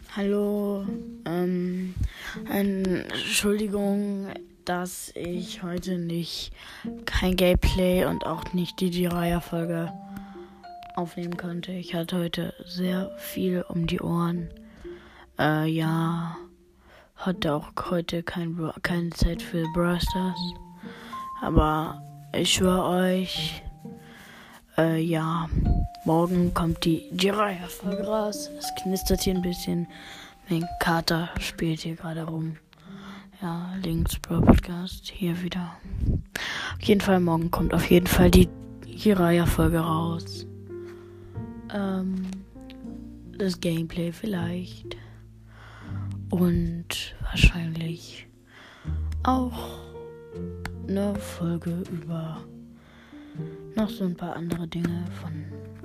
Hallo, Entschuldigung, dass ich heute kein Gameplay und auch nicht die Jiraiya-Folge aufnehmen konnte. Ich hatte heute sehr viel um die Ohren. Hatte auch heute keine Zeit für Brawl Stars. Aber ich schwöre euch, morgen kommt die Jiraiya-Folge raus. Es knistert hier ein bisschen. Mein Kater spielt hier gerade rum. Ja, Links Pro Podcast hier wieder. Auf jeden Fall, morgen kommt auf jeden Fall die Jiraiya-Folge raus. Das Gameplay vielleicht. Und wahrscheinlich auch eine Folge über noch so ein paar andere Dinge von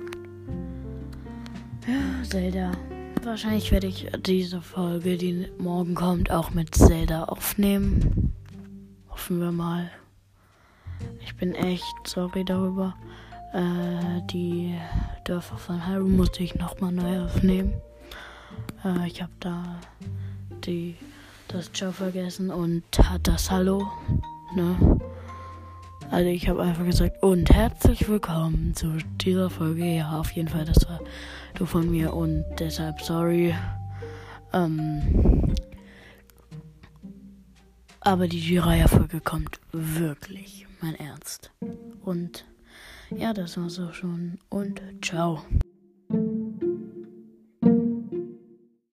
Zelda. Wahrscheinlich werde ich diese Folge, die morgen kommt, auch mit Zelda aufnehmen. Hoffen wir mal. Ich bin echt sorry darüber. Die Dörfer von Hyrule musste ich nochmal neu aufnehmen. Ich habe da das Ciao vergessen und das Hallo. Ne? Also ich habe einfach gesagt, und herzlich willkommen zu dieser Folge. Ja, auf jeden Fall, das war du von mir und deshalb sorry. Aber die Jiraiya-Folge kommt wirklich, mein Ernst. Und ja, das war's auch schon und ciao.